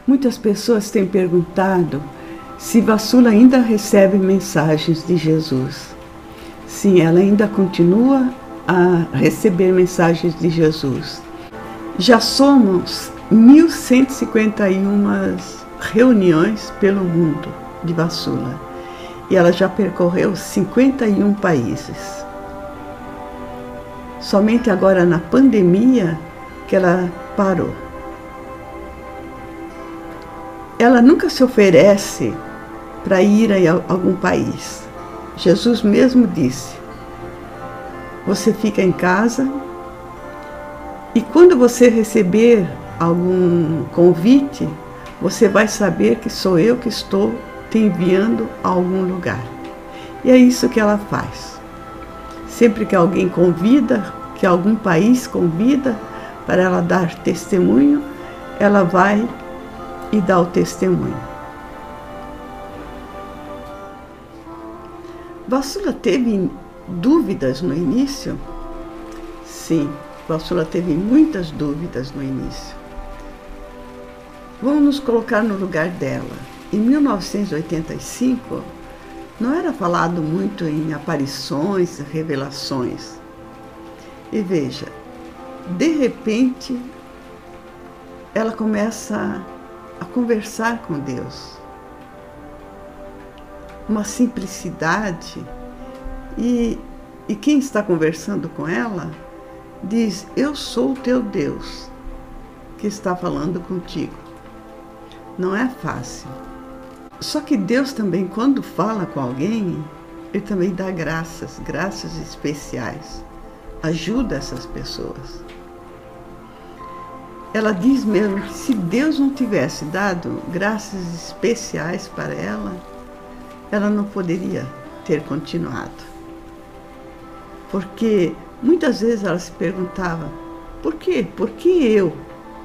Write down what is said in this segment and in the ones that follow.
Muitas pessoas têm perguntado se Vassula ainda recebe mensagens de Jesus. Sim, ela ainda continua a receber mensagens de Jesus. Já somos 1.151 reuniões pelo mundo de Vassula e ela já percorreu 51 países. Somente agora na pandemia que ela parou. Ela nunca se oferece para ir a algum país. Jesus mesmo disse: você fica em casa e quando você receber algum convite, você vai saber que sou eu que estou te enviando a algum lugar. E é isso que ela faz. Sempre que alguém convida, que algum país convida para ela dar testemunho, ela vai e dá o testemunho. Vassula teve dúvidas no início? Sim, Vassula teve muitas dúvidas no início. Vamos nos colocar no lugar dela. Em 1985, não era falado muito em aparições, revelações. E veja, de repente, ela começa a conversar com Deus. Uma simplicidade. E quem está conversando com ela diz: eu sou o teu Deus que está falando contigo. Não é fácil. Só que Deus também, quando fala com alguém, Ele também dá graças especiais. Ajuda essas pessoas. Ela diz mesmo que se Deus não tivesse dado graças especiais para ela, ela não poderia ter continuado. Porque muitas vezes ela se perguntava: por quê? Por que eu?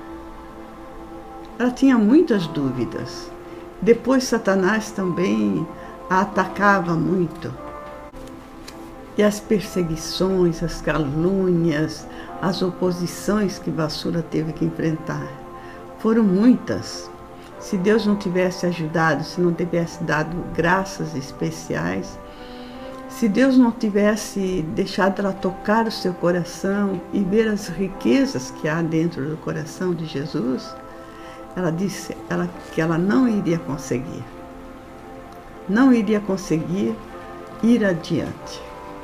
Ela tinha muitas dúvidas. Depois Satanás também a atacava muito. E as perseguições, as calúnias, as oposições que Vassula teve que enfrentar foram muitas. Se Deus não tivesse ajudado, se não tivesse dado graças especiais, se Deus não tivesse deixado ela tocar o seu coração e ver as riquezas que há dentro do coração de Jesus, ela disse que ela não iria conseguir. Não iria conseguir ir adiante.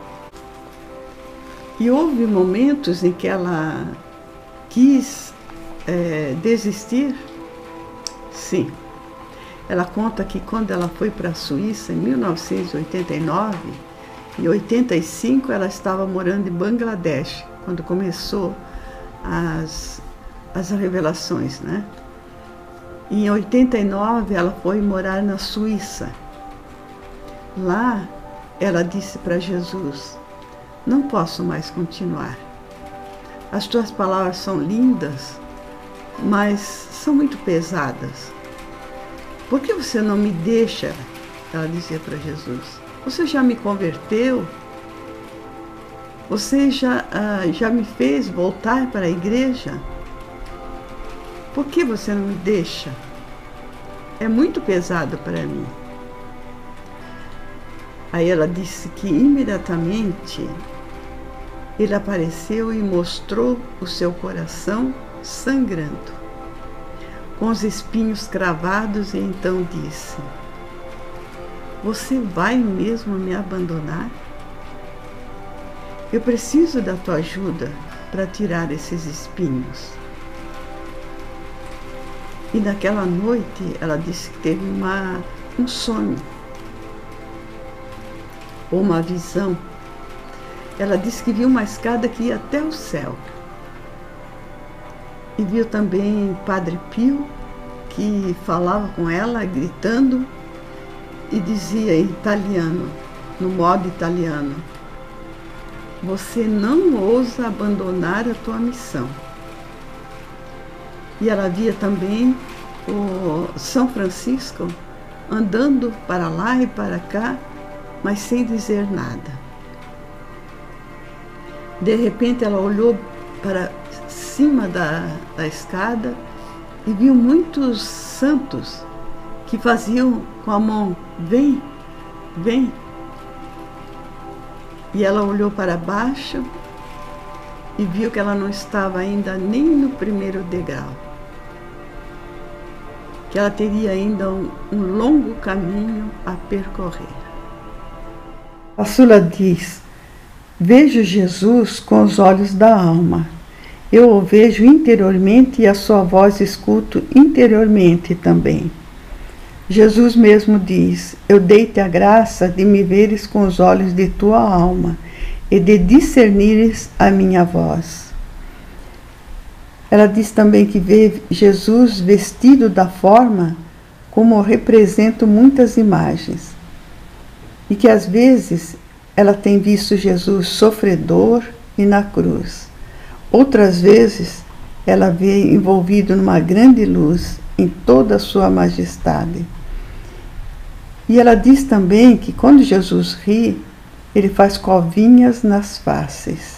E houve momentos em que ela quis desistir. Sim. Ela conta que quando ela foi para a Suíça, em 1989, em 85 ela estava morando em Bangladesh, quando começou as revelações, né? Em 89 ela foi morar na Suíça. Lá ela disse para Jesus: não posso mais continuar. As tuas palavras são lindas, mas são muito pesadas. Por que você não me deixa? Ela dizia para Jesus: você já me converteu? Você já me fez voltar para a igreja? Por que você não me deixa? É muito pesado para mim. Aí ela disse que imediatamente ele apareceu e mostrou o seu coração sangrando, com os espinhos cravados, e então disse: você vai mesmo me abandonar? Eu preciso da tua ajuda para tirar esses espinhos. E naquela noite ela disse que teve um sonho, ou uma visão. Ela disse que viu uma escada que ia até o céu. E viu também Padre Pio, que falava com ela, gritando, e dizia em italiano, no modo italiano: você não ousa abandonar a tua missão. E ela via também o São Francisco andando para lá e para cá, mas sem dizer nada. De repente ela olhou para cima da escada e viu muitos santos que faziam com a mão, vem, vem. E ela olhou para baixo e viu que ela não estava ainda nem no primeiro degrau, que ela teria ainda um longo caminho a percorrer. A Sula diz: vejo Jesus com os olhos da alma. Eu o vejo interiormente e a sua voz escuto interiormente também. Jesus mesmo diz: eu dei-te a graça de me veres com os olhos de tua alma e de discernires a minha voz. Ela diz também que vê Jesus vestido da forma como represento muitas imagens e que às vezes ela tem visto Jesus sofredor e na cruz. Outras vezes ela vê envolvido numa grande luz em toda a sua majestade. E ela diz também que quando Jesus ri, ele faz covinhas nas faces.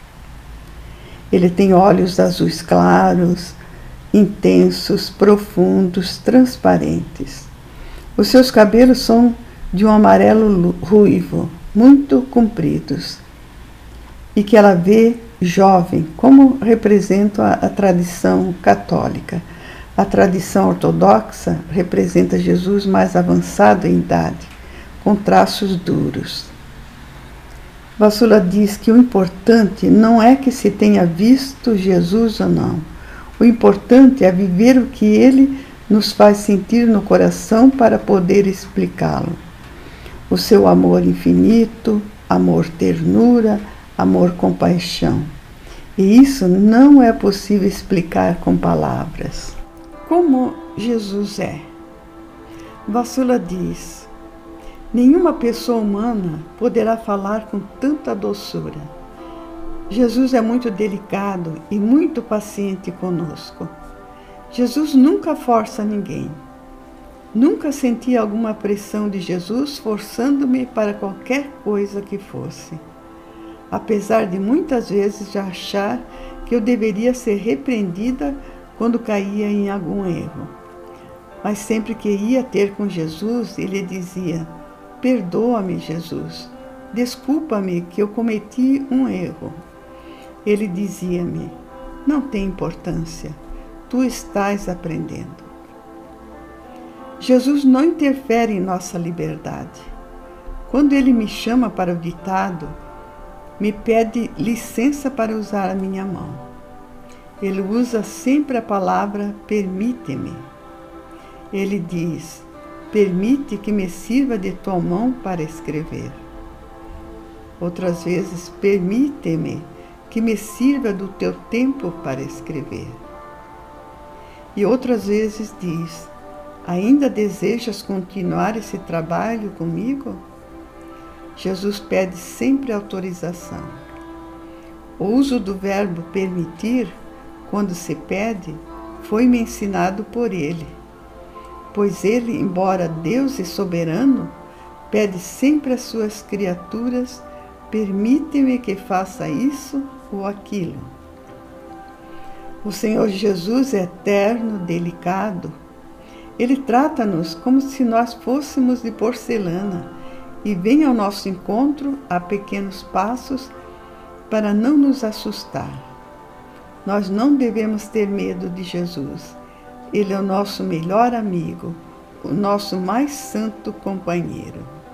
Ele tem olhos azuis claros, intensos, profundos, transparentes. Os seus cabelos são de um amarelo ruivo, muito compridos, e que ela vê jovem, como representa a tradição católica. A tradição ortodoxa representa Jesus mais avançado em idade, com traços duros. Vassula diz que o importante não é que se tenha visto Jesus ou não. O importante é viver o que ele nos faz sentir no coração para poder explicá-lo. O seu amor infinito, amor ternura, amor compaixão. E isso não é possível explicar com palavras. Como Jesus é? Vassula diz: nenhuma pessoa humana poderá falar com tanta doçura. Jesus é muito delicado e muito paciente conosco. Jesus nunca força ninguém. Nunca senti alguma pressão de Jesus forçando-me para qualquer coisa que fosse. Apesar de muitas vezes já achar que eu deveria ser repreendida quando caía em algum erro. Mas sempre que ia ter com Jesus, ele dizia: perdoa-me, Jesus, desculpa-me que eu cometi um erro. Ele dizia-me: não tem importância, tu estás aprendendo. Jesus não interfere em nossa liberdade. Quando ele me chama para o ditado, me pede licença para usar a minha mão. Ele usa sempre a palavra permite-me. Ele diz: permite que me sirva de tua mão para escrever. Outras vezes, permite-me que me sirva do teu tempo para escrever. E outras vezes diz: ainda desejas continuar esse trabalho comigo? Jesus pede sempre autorização. O uso do verbo permitir, quando se pede, foi-me ensinado por ele, pois ele, embora Deus e soberano, pede sempre às suas criaturas: permite-me que faça isso ou aquilo. O Senhor Jesus é eterno, delicado. Ele trata-nos como se nós fôssemos de porcelana e vem ao nosso encontro a pequenos passos para não nos assustar. Nós não devemos ter medo de Jesus. Ele é o nosso melhor amigo, o nosso mais santo companheiro.